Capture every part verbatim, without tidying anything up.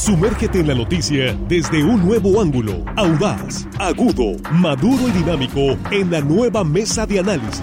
Sumérgete en la noticia desde un nuevo ángulo, audaz, agudo, maduro y dinámico en la nueva mesa de análisis.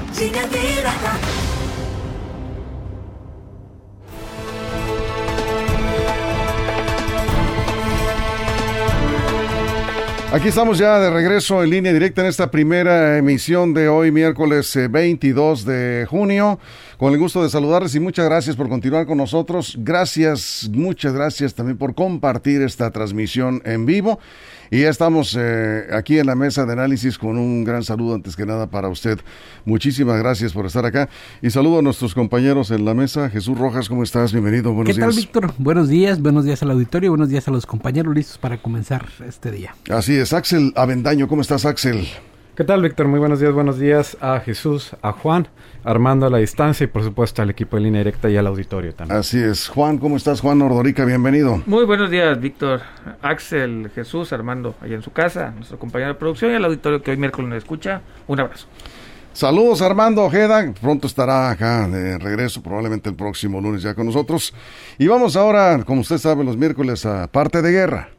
Aquí estamos ya de regreso en línea directa en esta primera emisión de hoy, miércoles veintidós de junio. Con el gusto de saludarles y muchas gracias por continuar con nosotros. Gracias, muchas gracias también por compartir esta transmisión en vivo. Y ya estamos eh, aquí en la mesa de análisis con un gran saludo antes que nada para usted. Muchísimas gracias por estar acá. Y saludo a nuestros compañeros en la mesa. Jesús Rojas, ¿cómo estás? Bienvenido, buenos días. ¿Qué tal, Víctor? Buenos días, buenos días al auditorio, buenos días a los compañeros listos para comenzar este día. Así es, Axel Avendaño, ¿cómo estás, Axel? ¿Qué tal, Víctor? Muy buenos días, buenos días a Jesús, a Juan, Armando a la distancia y por supuesto al equipo de Línea Directa y al auditorio también. Así es. Juan, ¿cómo estás? Juan Ordorica, bienvenido. Muy buenos días, Víctor, Axel, Jesús, Armando, allá en su casa, nuestro compañero de producción y al auditorio que hoy miércoles nos escucha. Un abrazo. Saludos, Armando Ojeda, pronto estará acá de regreso, probablemente el próximo lunes ya con nosotros. Y vamos ahora, como usted sabe, los miércoles a Parte de Guerra.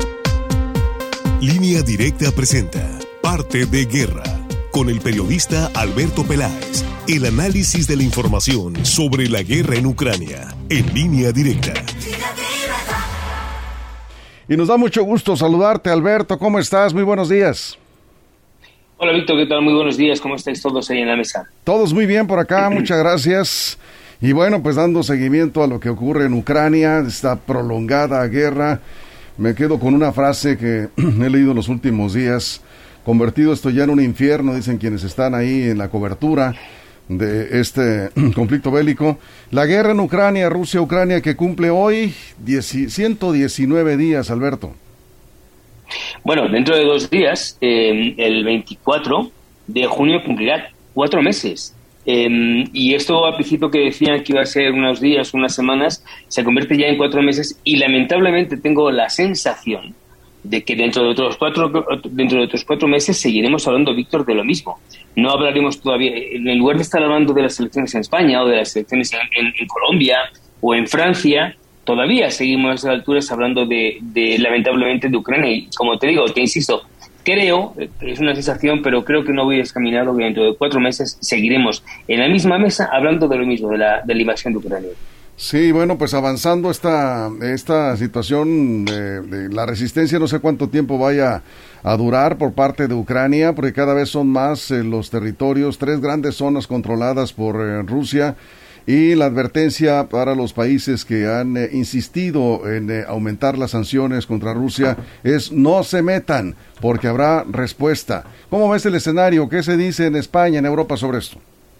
Línea Directa presenta Parte de Guerra, con el periodista Alberto Peláez. El análisis de la información sobre la guerra en Ucrania, en Línea Directa. Y nos da mucho gusto saludarte, Alberto. ¿Cómo estás? Muy buenos días. Hola, Víctor. ¿Qué tal? Muy buenos días. ¿Cómo estáis todos ahí en la mesa? Todos muy bien por acá. Muchas gracias. Y bueno, pues dando seguimiento a lo que ocurre en Ucrania, esta prolongada guerra, me quedo con una frase que he leído los últimos días. Convertido esto ya en un infierno, dicen quienes están ahí en la cobertura de este conflicto bélico. La guerra en Ucrania, Rusia-Ucrania, que cumple hoy ciento diecinueve días, Alberto. Bueno, dentro de dos días, eh, el veinticuatro de junio cumplirá cuatro meses. Eh, y esto al principio que decían que iba a ser unos días, unas semanas, se convierte ya en cuatro meses y lamentablemente tengo la sensación de que dentro de otros cuatro dentro de otros cuatro meses seguiremos hablando, Víctor, de lo mismo. No hablaremos todavía, en lugar de estar hablando de las elecciones en España o de las elecciones en, en, en Colombia o en Francia, todavía seguimos a esas alturas hablando de, de lamentablemente de Ucrania. Y como te digo, te insisto, creo, es una sensación, pero creo que no voy descaminado, que dentro de cuatro meses seguiremos en la misma mesa hablando de lo mismo, de la, de la invasión de Ucrania. Sí, bueno, pues avanzando esta esta situación de, de la resistencia, no sé cuánto tiempo vaya a durar por parte de Ucrania, porque cada vez son más eh, los territorios, tres grandes zonas controladas por eh, Rusia, y la advertencia para los países que han eh, insistido en eh, aumentar las sanciones contra Rusia es no se metan, porque habrá respuesta. ¿Cómo ves el escenario? ¿Qué se dice en España, en Europa sobre esto?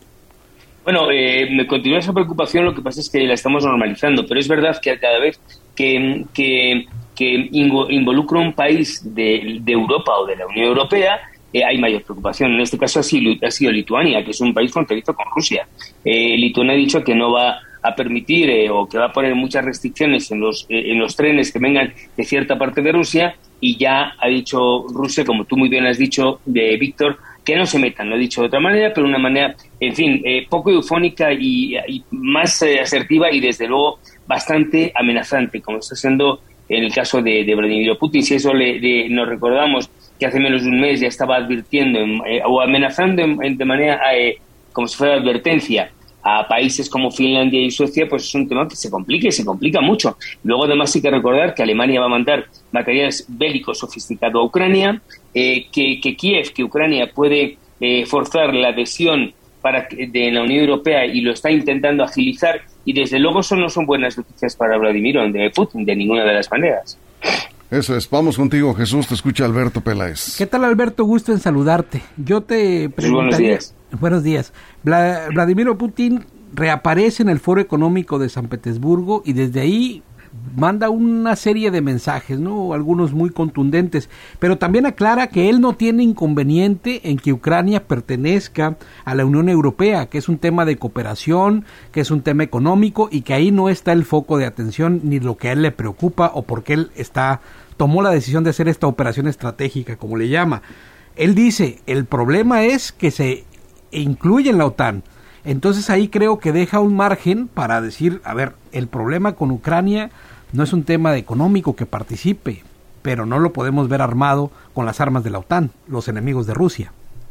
Bueno, eh, me continúa esa preocupación, lo que pasa es que la estamos normalizando, pero es verdad que cada vez que, que, que involucra un país de, de Europa o de la Unión Europea, eh, hay mayor preocupación. En este caso ha sido, ha sido Lituania, que es un país fronterizo con Rusia. Eh, Lituania ha dicho que no va a permitir eh, o que va a poner muchas restricciones en los, eh, en los trenes que vengan de cierta parte de Rusia, y ya ha dicho Rusia, como tú muy bien has dicho, de Víctor, que no se metan, lo he dicho de otra manera, pero de una manera, en fin, eh, poco eufónica y, y más eh, asertiva y desde luego bastante amenazante, como está siendo en el caso de, de Vladimir Putin. Si eso le, le, nos recordamos que hace menos de un mes ya estaba advirtiendo en, eh, o amenazando en, en, de manera eh, como si fuera advertencia a países como Finlandia y Suecia, pues es un tema que se complica y se complica mucho. Luego además hay que recordar que Alemania va a mandar materiales bélicos sofisticados a Ucrania, eh, que, que Kiev, que Ucrania puede eh, forzar la adhesión para de la Unión Europea y lo está intentando agilizar, y desde luego eso no son buenas noticias para Vladimir o de Putin de ninguna de las maneras. Eso es, vamos contigo, Jesús, te escucha Alberto Peláez. ¿Qué tal, Alberto? Gusto en saludarte. Yo te preguntaría... Buenos días. Buenos días. Vla- Vladimir Putin reaparece en el Foro Económico de San Petersburgo y desde ahí manda una serie de mensajes, ¿no? Algunos muy contundentes, pero también aclara que él no tiene inconveniente en que Ucrania pertenezca a la Unión Europea, que es un tema de cooperación, que es un tema económico y que ahí no está el foco de atención ni lo que a él le preocupa o porque él está tomó la decisión de hacer esta operación estratégica, como le llama. Él dice, el problema es que se incluye en la OTAN. Entonces ahí creo que deja un margen para decir, a ver, el problema con Ucrania no es un tema de económico que participe, pero no lo podemos ver armado con las armas de la OTAN, los enemigos de Rusia.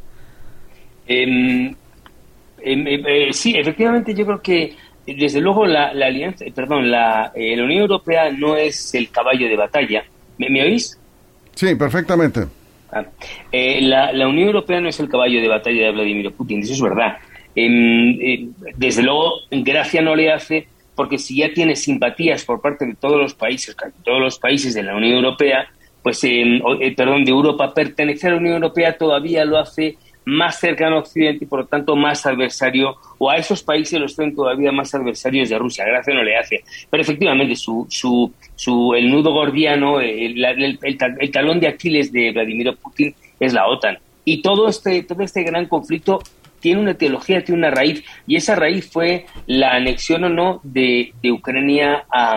Eh, eh, eh, sí, efectivamente, yo creo que desde luego la, la alianza, perdón, la, eh, la Unión Europea no es el caballo de batalla. ¿Me, me oís? Sí, perfectamente. Ah, eh, la, la Unión Europea no es el caballo de batalla de Vladimir Putin, eso es verdad. Eh, eh, desde luego, gracia no le hace, porque si ya tiene simpatías por parte de todos los países, casi todos los países de la Unión Europea, pues, eh, eh, perdón, de Europa, pertenecer a la Unión Europea todavía lo hace más cercano a Occidente y por lo tanto más adversario, o a esos países los hacen todavía más adversarios de Rusia. Gracia no le hace. Pero efectivamente su, su, su el nudo gordiano, el, el, el, el talón de Aquiles de Vladimir Putin es la OTAN. Y todo este, todo este gran conflicto tiene una teología, tiene una raíz, y esa raíz fue la anexión o no de, de Ucrania a, a,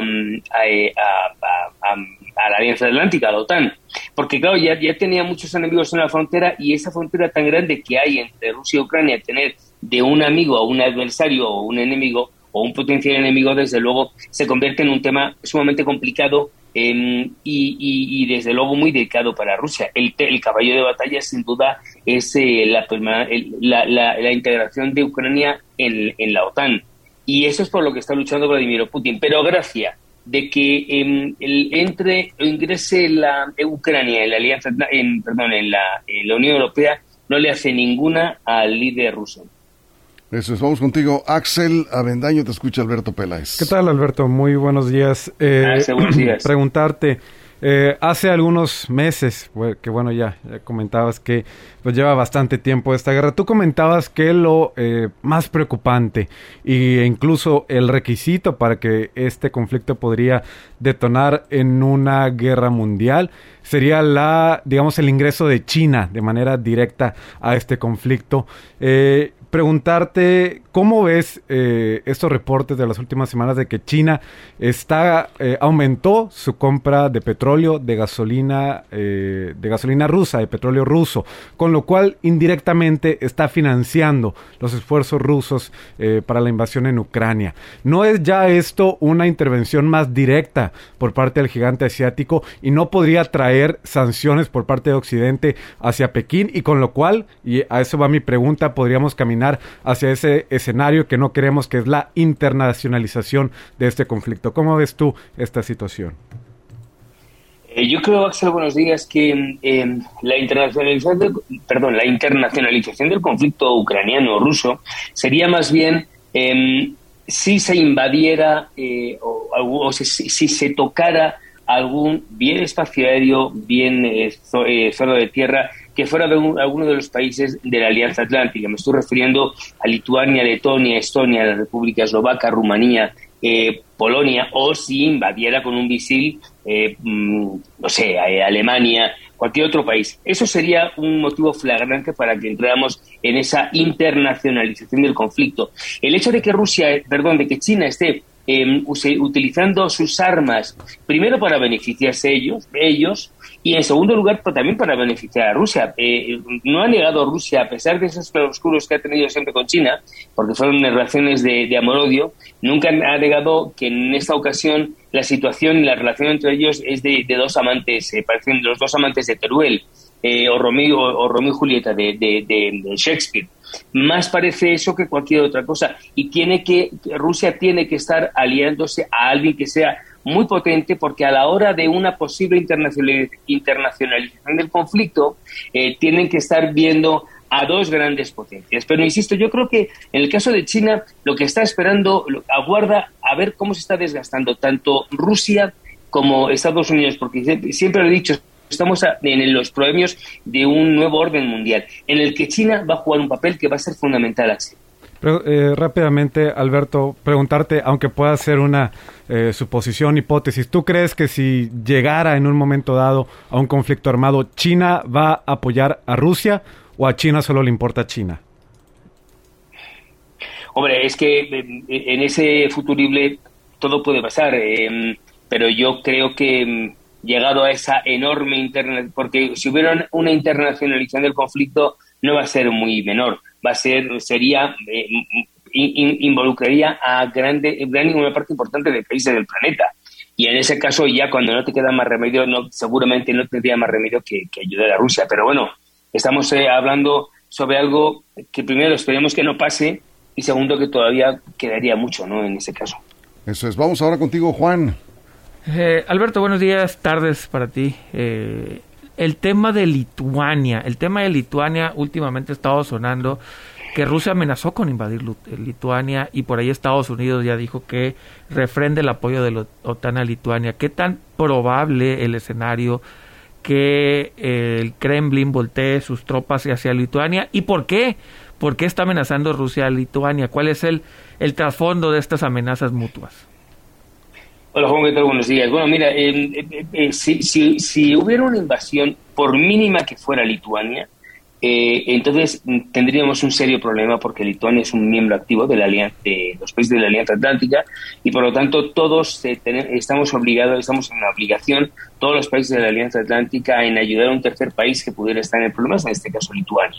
a, a, a la Alianza Atlántica, a la OTAN. Porque claro, ya, ya tenía muchos enemigos en la frontera, y esa frontera tan grande que hay entre Rusia y Ucrania, tener de un amigo a un adversario o un enemigo, o un potencial enemigo, desde luego, se convierte en un tema sumamente complicado eh, y, y, y desde luego muy delicado para Rusia. El, el caballo de batalla, sin duda, es eh, la, la, la, la integración de Ucrania en, en la OTAN. Y eso es por lo que está luchando Vladimir Putin. Pero gracias de que eh, el, entre o ingrese la Ucrania en la alianza, en, perdón, en la, en la Unión Europea, no le hace ninguna al líder ruso. Eso es, vamos contigo, Axel Avendaño, te escucha Alberto Peláez. ¿Qué tal, Alberto? Muy buenos días. Eh, Hace buenos días. Preguntarte, eh, hace algunos meses, que bueno, ya, ya comentabas que pues lleva bastante tiempo esta guerra, tú comentabas que lo eh, más preocupante e incluso el requisito para que este conflicto podría detonar en una guerra mundial sería la, digamos, el ingreso de China de manera directa a este conflicto. Eh, preguntarte, ¿cómo ves eh, estos reportes de las últimas semanas de que China está eh, aumentó su compra de petróleo, de gasolina, eh, de gasolina rusa, de petróleo ruso, con lo cual indirectamente está financiando los esfuerzos rusos eh, para la invasión en Ucrania? ¿No es ya esto una intervención más directa por parte del gigante asiático y no podría traer sanciones por parte de Occidente hacia Pekín? Y con lo cual, y a eso va mi pregunta, podríamos caminar hacia ese escenario que no queremos, que es la internacionalización de este conflicto. ¿Cómo ves tú esta situación? Eh, yo creo, Axel, buenos días, que eh, la internacionalización del, perdón, la internacionalización del conflicto ucraniano-ruso sería más bien eh, si se invadiera eh, o, o si, si se tocara algún bien espacio aéreo, bien eh, zo, eh, zona de tierra, que fuera de un, alguno de los países de la Alianza Atlántica. Me estoy refiriendo a Lituania, Letonia, Estonia, la República Eslovaca, Rumanía, eh, Polonia, o si invadiera con un misil, eh, no sé, a Alemania, cualquier otro país. Eso sería un motivo flagrante para que entráramos en esa internacionalización del conflicto. El hecho de que Rusia, perdón, de que China esté Eh, utilizando sus armas, primero para beneficiarse ellos, ellos y en segundo lugar también para beneficiar a Rusia. Eh, no ha negado Rusia, a pesar de esos claroscuros que ha tenido siempre con China, porque fueron relaciones de, de amor-odio, nunca ha negado que en esta ocasión la situación y la relación entre ellos es de, de dos amantes, eh, parecen los dos amantes de Teruel, eh, o, Romeo, o, o Romeo y Julieta de, de, de, de Shakespeare. Más parece eso que cualquier otra cosa, y tiene que Rusia tiene que estar aliándose a alguien que sea muy potente, porque a la hora de una posible internacionalización del conflicto eh, tienen que estar viendo a dos grandes potencias. Pero insisto, yo creo que en el caso de China lo que está esperando, lo, aguarda a ver cómo se está desgastando tanto Rusia como Estados Unidos, porque siempre lo he dicho, estamos en los premios de un nuevo orden mundial, en el que China va a jugar un papel que va a ser fundamental, Axel. Pero, eh, rápidamente, Alberto, preguntarte, aunque pueda ser una eh, suposición, hipótesis, ¿tú crees que si llegara en un momento dado a un conflicto armado, China va a apoyar a Rusia o a China solo le importa China? Hombre, es que en ese futurible todo puede pasar, eh, pero yo creo que llegado a esa enorme interna, porque si hubiera una internacionalización del conflicto no va a ser muy menor, va a ser, sería, eh, in, involucraría a grande, gran una parte importante de países del planeta. y en ese caso ya cuando no te queda más remedio, no, seguramente no tendría más remedio que, que ayudar a Rusia. Pero bueno, estamos eh, hablando sobre algo que primero esperemos que no pase y segundo que todavía quedaría mucho, ¿no?, en ese caso. Eso es. Vamos ahora contigo, Juan. Eh, Alberto, buenos días, tardes para ti. Eh, el tema de Lituania, el tema de Lituania últimamente ha estado sonando que Rusia amenazó con invadir Lituania y por ahí Estados Unidos ya dijo que refrende el apoyo de la OTAN a Lituania. ¿Qué tan probable el escenario que eh, el Kremlin voltee sus tropas hacia Lituania y por qué? ¿Por qué está amenazando Rusia a Lituania? ¿Cuál es el, el trasfondo de estas amenazas mutuas? Hola Juan, ¿qué tal? Buenos días. Bueno, mira, eh, eh, eh, si, si, si hubiera una invasión, por mínima que fuera Lituania, eh, entonces tendríamos un serio problema porque Lituania es un miembro activo de la alianza, de los países de la Alianza Atlántica y por lo tanto todos eh, ten, estamos obligados, estamos en una obligación, todos los países de la Alianza Atlántica, en ayudar a un tercer país que pudiera estar en problemas, en este caso Lituania.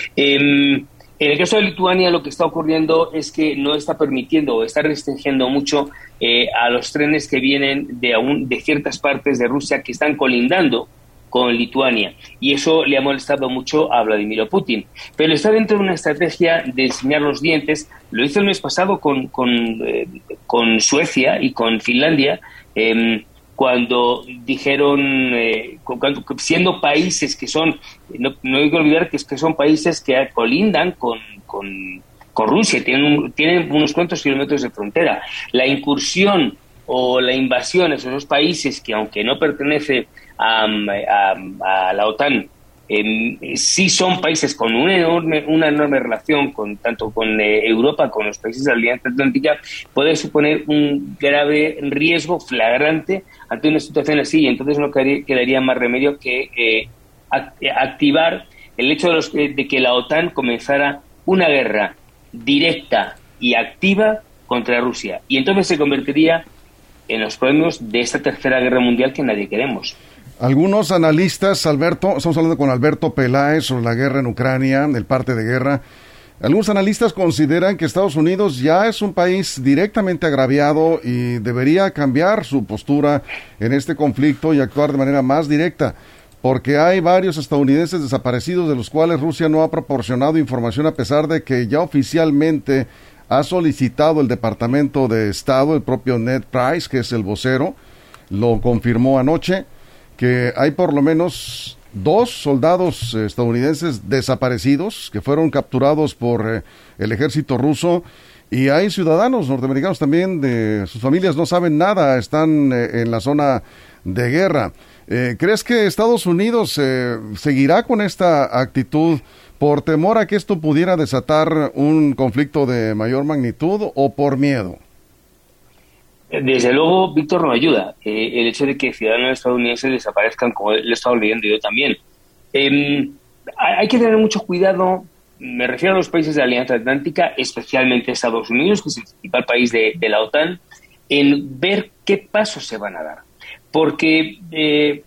Eh, En el caso de Lituania lo que está ocurriendo es que no está permitiendo o está restringiendo mucho eh, a los trenes que vienen de, aún, de ciertas partes de Rusia que están colindando con Lituania y eso le ha molestado mucho a Vladimir Putin. Pero está dentro de una estrategia de enseñar los dientes. Lo hizo el mes pasado con, con, eh, con Suecia y con Finlandia, eh, cuando dijeron, eh, cuando, siendo países que son, no, no hay que olvidar que, es que son países que colindan con, con, con Rusia, tienen, un, tienen unos cuantos kilómetros de frontera. La incursión o la invasión a esos países que, aunque no pertenece a, a, a la OTAN, eh, sí son países con una enorme, una enorme relación con tanto con eh, Europa, con los países de la Alianza Atlántica, puede suponer un grave riesgo flagrante ante una situación así, y entonces no quedaría más remedio que eh, activar el hecho de, los, de que la OTAN comenzara una guerra directa y activa contra Rusia, y entonces se convertiría en los problemas de esta tercera guerra mundial que nadie queremos. Algunos analistas, Alberto, estamos hablando con Alberto Peláez sobre la guerra en Ucrania, el parte de guerra. Algunos analistas consideran que Estados Unidos ya es un país directamente agraviado y debería cambiar su postura en este conflicto y actuar de manera más directa, porque hay varios estadounidenses desaparecidos de los cuales Rusia no ha proporcionado información a pesar de que ya oficialmente ha solicitado el Departamento de Estado, el propio Ned Price, que es el vocero, lo confirmó anoche, que hay por lo menos dos soldados estadounidenses desaparecidos que fueron capturados por eh, el ejército ruso y hay ciudadanos norteamericanos también, de sus familias no saben nada, están eh, en la zona de guerra. Eh, ¿Crees que Estados Unidos eh, seguirá con esta actitud por temor a que esto pudiera desatar un conflicto de mayor magnitud o por miedo? Desde luego, Víctor, no ayuda eh, el hecho de que ciudadanos estadounidenses desaparezcan, como lo he estado leyendo yo también. Eh, hay que tener mucho cuidado, me refiero a los países de la Alianza Atlántica, especialmente Estados Unidos, que es el principal país de, de la OTAN, en ver qué pasos se van a dar. Porque eh,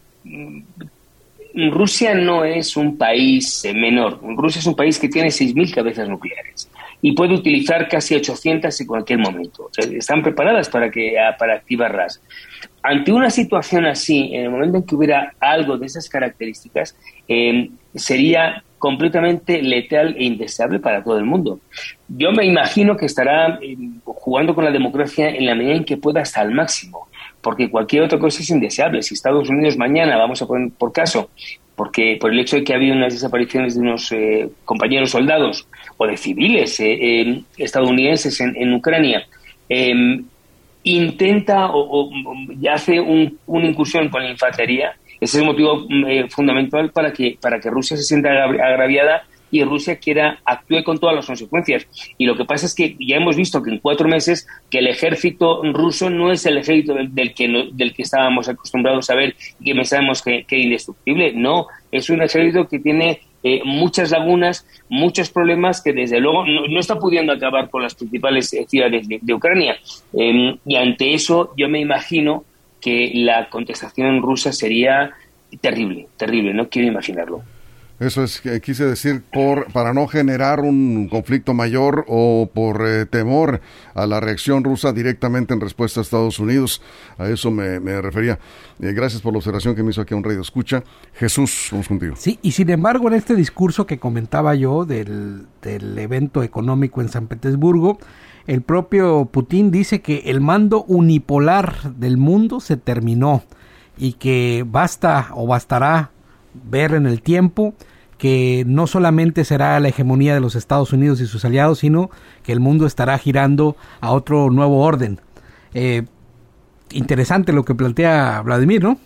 Rusia no es un país menor. Rusia es un país que tiene seis mil cabezas nucleares y puede utilizar casi ochocientas en cualquier momento. O sea, están preparadas para, que, para activarlas. Ante una situación así, en el momento en que hubiera algo de esas características, eh, sería completamente letal e indeseable para todo el mundo. Yo me imagino que estará eh, jugando con la democracia en la medida en que pueda hasta el máximo, porque cualquier otra cosa es indeseable. Si Estados Unidos mañana, vamos a poner por caso, porque por el hecho de que ha habido unas desapariciones de unos eh, compañeros soldados o de civiles eh, eh, estadounidenses en, en Ucrania, eh, intenta o, o hace un, una incursión con la infantería, ese es el motivo eh, fundamental para que, para que Rusia se sienta agraviada y Rusia quiera actúe con todas las consecuencias. Y lo que pasa es que ya hemos visto que en cuatro meses que el ejército ruso no es el ejército del, del que no, del que estábamos acostumbrados a ver y que pensábamos que, que era indestructible. No, es un ejército que tiene eh, muchas lagunas, muchos problemas que desde luego no, no está pudiendo acabar con las principales eh, ciudades de, de Ucrania. Eh, y ante eso yo me imagino que la contestación rusa sería terrible, terrible, no quiero imaginarlo. Eso es, que quise decir, por para no generar un conflicto mayor o por eh, temor a la reacción rusa directamente en respuesta a Estados Unidos. A eso me, me refería. Eh, gracias por la observación que me hizo aquí a un radio escucha. Jesús, vamos contigo. Sí, y sin embargo, en este discurso que comentaba yo del, del evento económico en San Petersburgo, el propio Putin dice que el mando unipolar del mundo se terminó y que basta o bastará ver en el tiempo que no solamente será la hegemonía de los Estados Unidos y sus aliados, sino que el mundo estará girando a otro nuevo orden. Eh, interesante lo que plantea Vladimir, ¿no?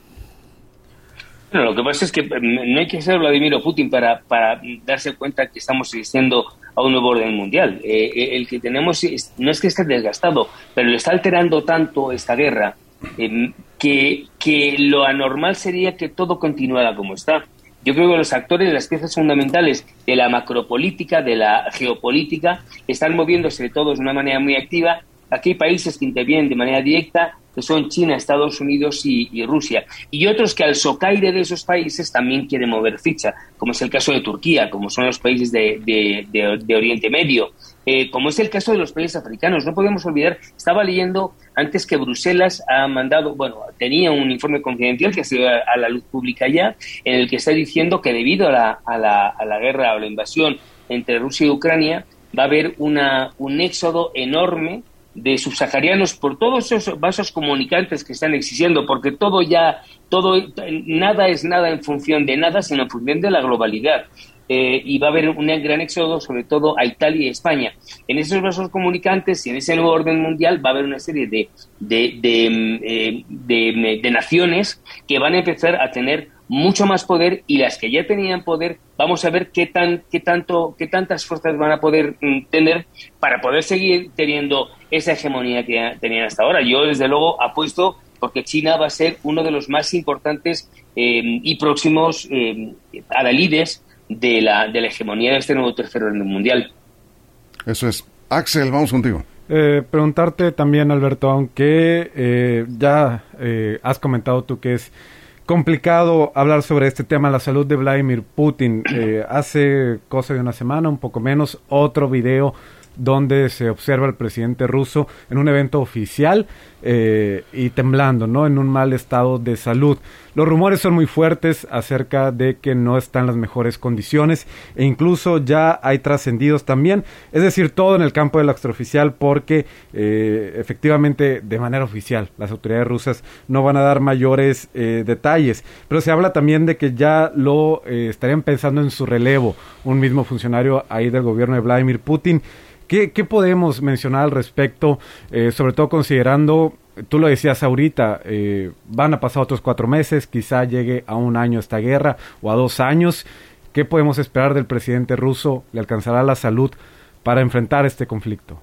Bueno, lo que pasa es que no hay que ser Vladimir o Putin para, para darse cuenta que estamos asistiendo a un nuevo orden mundial. Eh, el que tenemos es, no es que esté desgastado, pero le está alterando tanto esta guerra eh, que, que lo anormal sería que todo continuara como está. Yo creo que los actores, las piezas fundamentales de la macropolítica, de la geopolítica, están moviéndose todos de una manera muy activa. Aquí hay países que intervienen de manera directa, que son China, Estados Unidos y, y Rusia. Y otros que al socaire de esos países también quieren mover ficha, como es el caso de Turquía, como son los países de, de, de, de Oriente Medio, eh, como es el caso de los países africanos. No podemos olvidar, estaba leyendo antes que Bruselas ha mandado, bueno, tenía un informe confidencial que ha sido a, a la luz pública ya, en el que está diciendo que debido a la, a la, a la guerra o la invasión entre Rusia y Ucrania, va a haber una, un éxodo enorme de subsaharianos por todos esos vasos comunicantes que están existiendo, porque todo ya, todo, nada es nada en función de nada, sino en función de la globalidad. Eh, y va a haber un gran éxodo, sobre todo a Italia y España. En esos vasos comunicantes y en ese nuevo orden mundial va a haber una serie de, de, de, eh, de, de naciones que van a empezar a tener mucho más poder, y las que ya tenían poder, vamos a ver qué tan qué tanto qué tantas fuerzas van a poder mm, tener para poder seguir teniendo esa hegemonía que tenían hasta ahora. Yo desde luego apuesto porque China va a ser uno de los más importantes eh, y próximos eh, adalides de la de la hegemonía de este nuevo tercer orden mundial. Eso es. Axel, vamos contigo. Eh, preguntarte también, Alberto, aunque eh, ya eh, has comentado tú que es complicado hablar sobre este tema, la salud de Vladimir Putin. Eh, hace cosa de una semana, un poco menos, otro video donde se observa al presidente ruso en un evento oficial eh, y temblando, ¿no? En un mal estado de salud. Los rumores son muy fuertes acerca de que no está en las mejores condiciones e incluso ya hay trascendidos también, es decir, todo en el campo de lo extraoficial, porque eh, efectivamente de manera oficial las autoridades rusas no van a dar mayores eh, detalles, pero se habla también de que ya lo eh, estarían pensando en su relevo, un mismo funcionario ahí del gobierno de Vladimir Putin. ¿Qué, qué podemos mencionar al respecto, eh, sobre todo considerando, tú lo decías ahorita, eh, van a pasar otros cuatro meses, quizá llegue a un año esta guerra o a dos años? ¿Qué podemos esperar del presidente ruso? ¿Le alcanzará la salud para enfrentar este conflicto?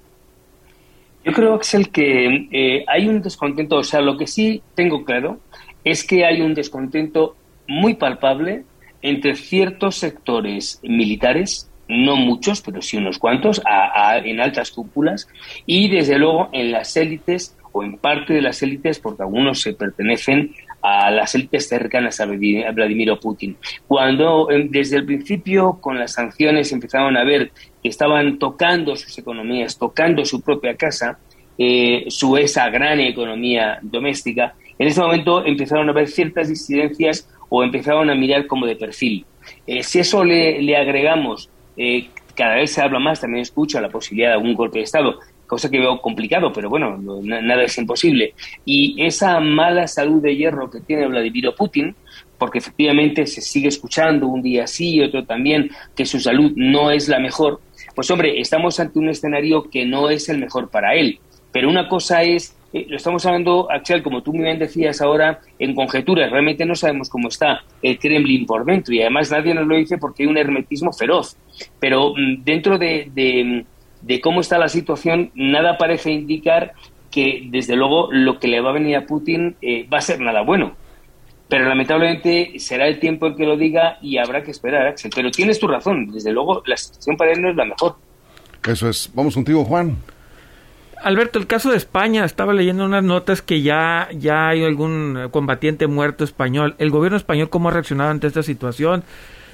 Yo creo, Axel, que eh, hay un descontento, o sea, lo que sí tengo claro es que hay un descontento muy palpable entre ciertos sectores militares, no muchos, pero sí unos cuantos, a, a, en altas cúpulas, y desde luego en las élites, o en parte de las élites, porque algunos se pertenecen a las élites cercanas a Vladimir Putin. Cuando desde el principio con las sanciones empezaron a ver que estaban tocando sus economías, tocando su propia casa, eh, su esa gran economía doméstica, en ese momento empezaron a ver ciertas disidencias o empezaron a mirar como de perfil. Eh, si eso le, le agregamos, Eh, cada vez se habla más, también escucho la posibilidad de algún golpe de Estado, cosa que veo complicado, pero bueno, no, nada es imposible. Y esa mala salud de hierro que tiene Vladimir Putin, porque efectivamente se sigue escuchando un día sí y otro también que su salud no es la mejor, pues hombre, estamos ante un escenario que no es el mejor para él. Pero una cosa es, eh, lo estamos hablando, Axel, como tú muy bien decías ahora, en conjeturas. Realmente no sabemos cómo está el Kremlin por dentro, y además nadie nos lo dice porque hay un hermetismo feroz. Pero mm, dentro de, de, de cómo está la situación, nada parece indicar que, desde luego, lo que le va a venir a Putin eh, va a ser nada bueno. Pero lamentablemente será el tiempo el que lo diga y habrá que esperar, Axel. Pero tienes tu razón, desde luego la situación para él no es la mejor. Eso es. Vamos contigo, Juan. Alberto, el caso de España, estaba leyendo unas notas que ya, ya hay algún combatiente muerto español. ¿El gobierno español cómo ha reaccionado ante esta situación?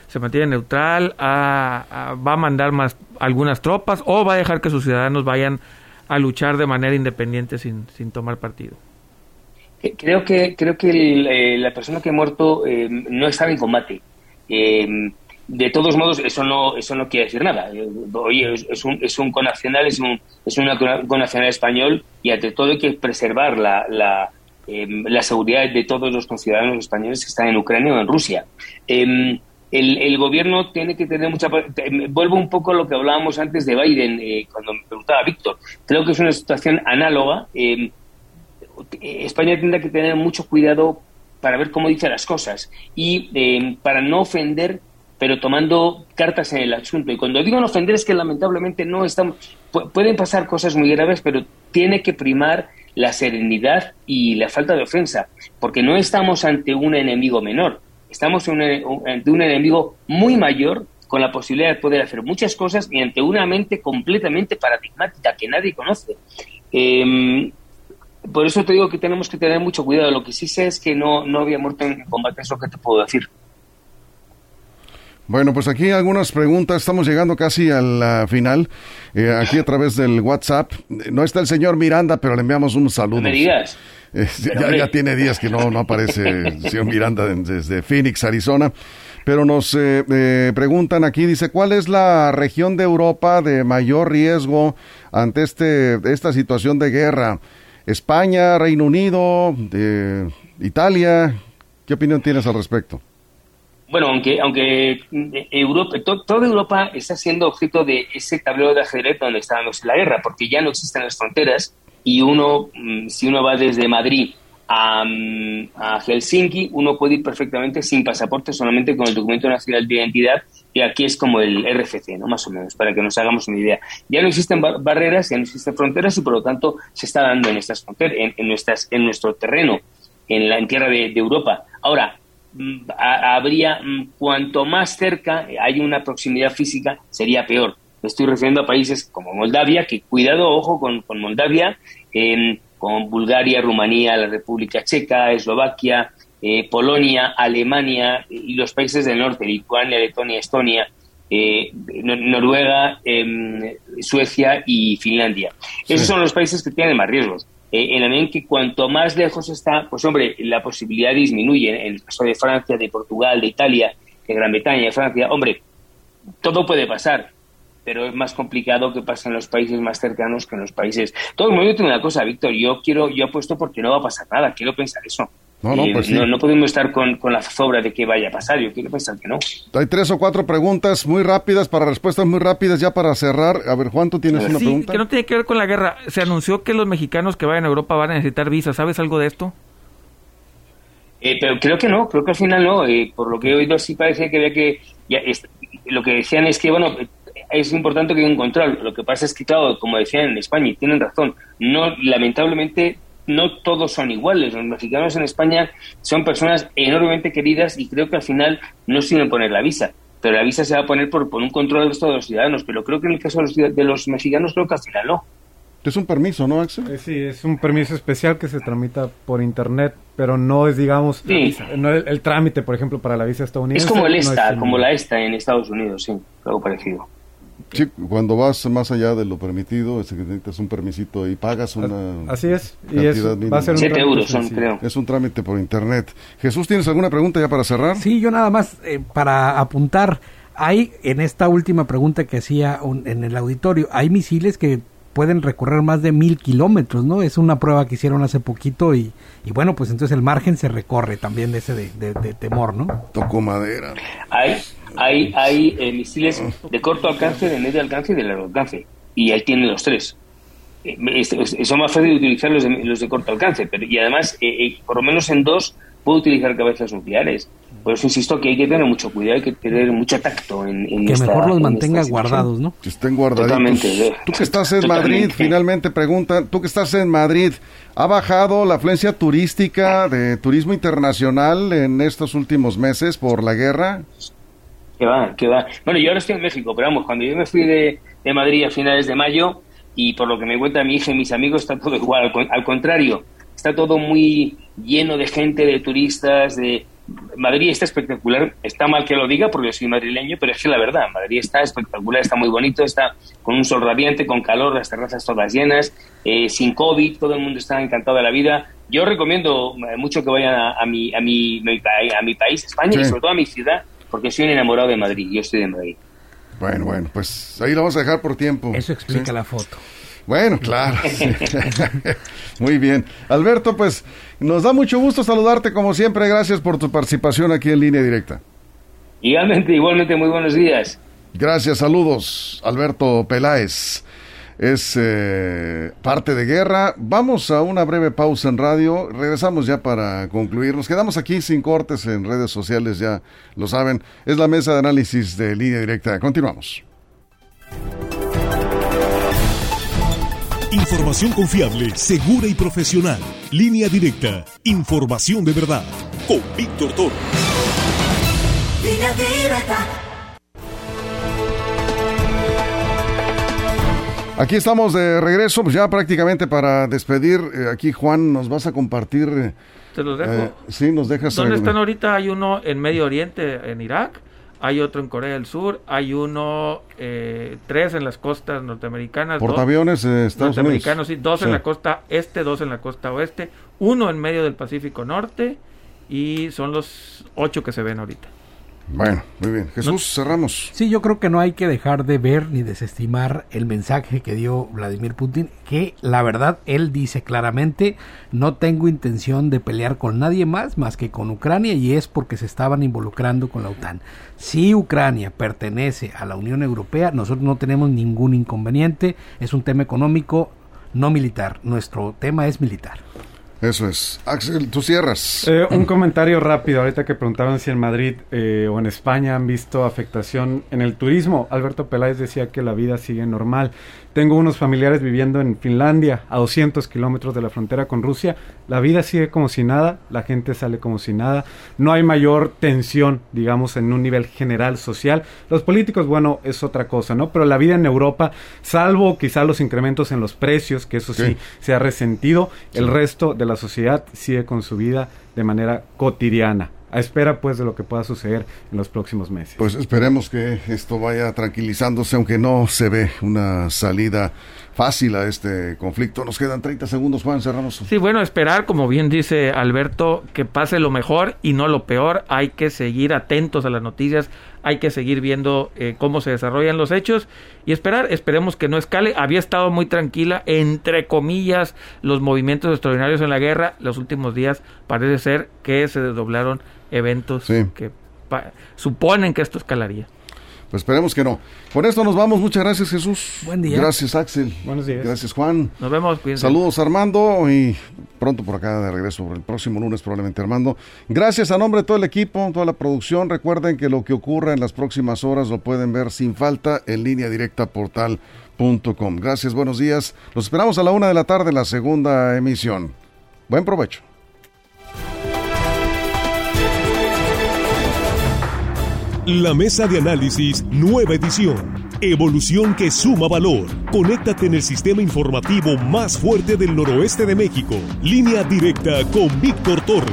se mantiene neutral, a, a, va a mandar más algunas tropas o va a dejar que sus ciudadanos vayan a luchar de manera independiente sin, sin tomar partido. Creo que creo que el, eh, la persona que ha muerto eh, no estaba en combate. Eh, de todos modos, eso no eso no quiere decir nada. Eh, oye, es, es un es un connacional, es un es una connacional español, y ante todo hay que preservar la la, eh, la seguridad de todos los conciudadanos españoles que están en Ucrania o en Rusia. Eh, el, el gobierno tiene que tener mucha... Eh, vuelvo un poco a lo que hablábamos antes de Biden, eh, cuando me preguntaba Víctor. Creo que es una situación análoga. Eh, España tendrá que tener mucho cuidado para ver cómo dice las cosas y eh, para no ofender, pero tomando cartas en el asunto. Y cuando digo no ofender es que lamentablemente no estamos... Pu- pueden pasar cosas muy graves, pero tiene que primar la serenidad y la falta de ofensa, porque no estamos ante un enemigo menor, estamos un, un, ante un enemigo muy mayor, con la posibilidad de poder hacer muchas cosas y ante una mente completamente paradigmática que nadie conoce. Eh, Por eso te digo que tenemos que tener mucho cuidado. Lo que sí sé es que no, no había muerto en combate, es lo que te puedo decir. Bueno, pues aquí algunas preguntas. Estamos llegando casi a la final. Eh, aquí a través del WhatsApp. No está el señor Miranda, pero le enviamos unos saludos. No me digas. Eh, ya, ya tiene días que no, no aparece el señor Miranda desde Phoenix, Arizona. Pero nos eh, eh, preguntan aquí, dice, ¿cuál es la región de Europa de mayor riesgo ante este esta situación de guerra? España, Reino Unido, eh, Italia. ¿Qué opinión tienes al respecto? Bueno, aunque aunque Europa, to, toda Europa está siendo objeto de ese tablero de ajedrez donde está dándose la guerra, porque ya no existen las fronteras y uno, si uno va desde Madrid a, a Helsinki, uno puede ir perfectamente sin pasaporte, solamente con el documento nacional de identidad, y aquí es como el R F C, ¿no? Más o menos, para que nos hagamos una idea. Ya no existen bar- barreras, ya no existen fronteras y por lo tanto se está dando en estas fronteras, en, en nuestras, en nuestro terreno, en la en tierra de, de Europa. Ahora, a, habría, cuanto más cerca hay una proximidad física, sería peor. Me estoy refiriendo a países como Moldavia, que cuidado, ojo con, con Moldavia, eh, con Bulgaria, Rumanía, la República Checa, Eslovaquia, eh, Polonia, Alemania y los países del norte, Lituania, Letonia, Estonia, eh, Noruega, eh, Suecia y Finlandia. Sí. Esos son los países que tienen más riesgos. Eh, en la medida en que cuanto más lejos está, pues hombre, la posibilidad disminuye. En el caso de Francia, de Portugal, de Italia, de Gran Bretaña, de Francia, hombre, todo puede pasar, pero es más complicado que pase en los países más cercanos que en los países. Todo el mundo tiene una cosa, Víctor, yo quiero, yo apuesto porque no va a pasar nada, quiero pensar eso. No, no, pues eh, sí. no, no podemos estar con, con la zozobra de que vaya a pasar, yo quiero pensar que no. Hay tres o cuatro preguntas muy rápidas, para respuestas muy rápidas, ya para cerrar. A ver, Juan, ¿tú tienes una sí, pregunta? Que no tiene que ver con la guerra. Se anunció que los mexicanos que vayan a Europa van a necesitar visa. ¿Sabes algo de esto? Eh, pero creo que no, creo que al final no. Eh, por lo que he oído sí parece que había que... Ya, es, lo que decían es que, bueno, es importante que haya un control. Lo que pasa es que, claro, como decían en España, y tienen razón, no, lamentablemente... no todos son iguales. Los mexicanos en España son personas enormemente queridas y creo que al final no sirven poner la visa, pero la visa se va a poner por, por un control del resto de los ciudadanos, pero creo que en el caso de los, de los mexicanos creo que al final no. Es un permiso, ¿no, Axel? Eh, sí, es un permiso especial que se tramita por internet, pero no es, digamos, sí. no el, el trámite, por ejemplo, para la visa estadounidense. Es como el ESTA, no como la ESTA en Estados Unidos, sí, algo parecido. Sí, cuando vas más allá de lo permitido, es que necesitas un permisito y pagas una... Así es, y es, va a ser un siete euros son, creo. Es un trámite por internet. Jesús, ¿tienes alguna pregunta ya para cerrar? Sí, yo nada más eh, para apuntar, hay en esta última pregunta que hacía un, en el auditorio, hay misiles que pueden recorrer más de mil kilómetros, ¿no? Es una prueba que hicieron hace poquito y, y bueno, pues entonces el margen se recorre también de ese de, de, de temor, ¿no? Tocó madera. Hay, hay, hay eh, misiles de corto alcance, de medio alcance y de largo alcance, y él tiene los tres. Eh, es, es, son más fácil de utilizar los de, los de corto alcance, pero y además, eh, eh, por lo menos en dos, puede utilizar cabezas nucleares. Por eso insisto que hay que tener mucho cuidado, hay que tener mucho tacto en, en que esta, mejor los en mantenga esta guardados, ¿no? Que estén guardaditos. Totalmente. Tú que estás en Totalmente. Madrid, finalmente preguntan, tú que estás en Madrid, ¿ha bajado la afluencia turística de turismo internacional en estos últimos meses por la guerra? Que va, que va. Bueno, yo ahora estoy en México, pero vamos, cuando yo me fui de, de Madrid a finales de mayo, y por lo que me cuenta mi hija y mis amigos, está todo igual, al, al contrario, está todo muy lleno de gente, de turistas, de Madrid está espectacular. Está mal que lo diga porque yo soy madrileño, pero es que la verdad, Madrid está espectacular, está muy bonito, está con un sol radiante, con calor, las terrazas todas llenas, eh, sin COVID, todo el mundo está encantado de la vida. Yo recomiendo mucho que vayan a, a, mi, a, mi, a mi país, España, sí. Y sobre todo a mi ciudad, porque soy un enamorado de Madrid, yo estoy de Madrid. Bueno, bueno, pues ahí lo vamos a dejar por tiempo. Eso explica, ¿sí?, la foto. Bueno, claro. Sí. Muy bien. Alberto, pues nos da mucho gusto saludarte como siempre. Gracias por tu participación aquí en Línea Directa. Igualmente, igualmente, muy buenos días. Gracias, saludos. Alberto Peláez es eh, parte de Guerra. Vamos a una breve pausa en radio. Regresamos ya para concluir. Nos quedamos aquí sin cortes en redes sociales, ya lo saben. Es la mesa de análisis de Línea Directa. Continuamos. Información confiable, segura y profesional. Línea Directa. Información de verdad. Con Víctor Toro. Línea Directa. Aquí estamos de regreso, pues ya prácticamente para despedir. Eh, aquí, Juan, nos vas a compartir. Eh, ¿Te los dejo? Eh, sí, nos dejas. ¿Dónde eh, están ahorita? Hay uno en Medio Oriente, en Irak. Hay otro en Corea del Sur, hay uno, eh, tres en las costas norteamericanas. Portaaviones de Estados norteamericanos, Unidos. Sí, dos sí. en la costa este, dos en la costa oeste, uno en medio del Pacífico Norte, y son los ocho que se ven ahorita. Bueno, muy bien. Jesús, ¿no? Cerramos. Sí, yo creo que no hay que dejar de ver ni desestimar el mensaje que dio Vladimir Putin, que la verdad, él dice claramente, no tengo intención de pelear con nadie más, más que con Ucrania, y es porque se estaban involucrando con la OTAN. Si Ucrania pertenece a la Unión Europea, nosotros no tenemos ningún inconveniente, es un tema económico, no militar, nuestro tema es militar. Eso es. Axel, tú cierras. Eh, un comentario rápido, ahorita que preguntaban si en Madrid eh, o en España han visto afectación en el turismo. Alberto Peláez decía que la vida sigue normal. Tengo unos familiares viviendo en Finlandia, a doscientos kilómetros de la frontera con Rusia. La vida sigue como si nada, la gente sale como si nada. No hay mayor tensión, digamos, en un nivel general social. Los políticos, bueno, es otra cosa, ¿no? Pero la vida en Europa, salvo quizá los incrementos en los precios, que eso sí, sí se ha resentido, sí. El resto de la sociedad sigue con su vida de manera cotidiana. A espera, pues, de lo que pueda suceder en los próximos meses. Pues esperemos que esto vaya tranquilizándose, aunque no se ve una salida fácil a este conflicto. Nos quedan treinta segundos, Juan, cerramos. Sí, bueno, esperar, como bien dice Alberto, que pase lo mejor y no lo peor. Hay que seguir atentos a las noticias, hay que seguir viendo eh, cómo se desarrollan los hechos y esperar, esperemos que no escale. Había estado muy tranquila, entre comillas, los movimientos extraordinarios en la guerra. Los últimos días parece ser que se desdoblaron eventos sí. que pa- suponen que esto escalaría. Pues esperemos que no. Con esto nos vamos. Muchas gracias, Jesús. Buen día. Gracias, Axel. Buenos días. Gracias, Juan. Nos vemos. Cuídense. Saludos, Armando. Y pronto por acá de regreso. El próximo lunes probablemente, Armando. Gracias a nombre de todo el equipo, toda la producción. Recuerden que lo que ocurra en las próximas horas lo pueden ver sin falta en línea directa portal punto com. Gracias, buenos días. Los esperamos a la una de la tarde en la segunda emisión. Buen provecho. La mesa de análisis, nueva edición. Evolución que suma valor. Conéctate en el sistema informativo más fuerte del noroeste de México. Línea Directa con Víctor Torres.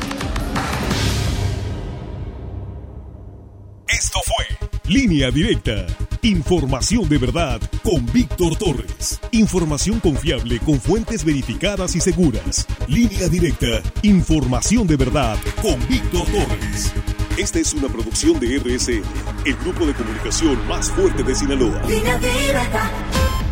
Esto fue Línea Directa. Información de verdad con Víctor Torres. Información confiable con fuentes verificadas y seguras. Línea Directa. Información de verdad con Víctor Torres. Esta es una producción de R S N, el grupo de comunicación más fuerte de Sinaloa. Línea Directa.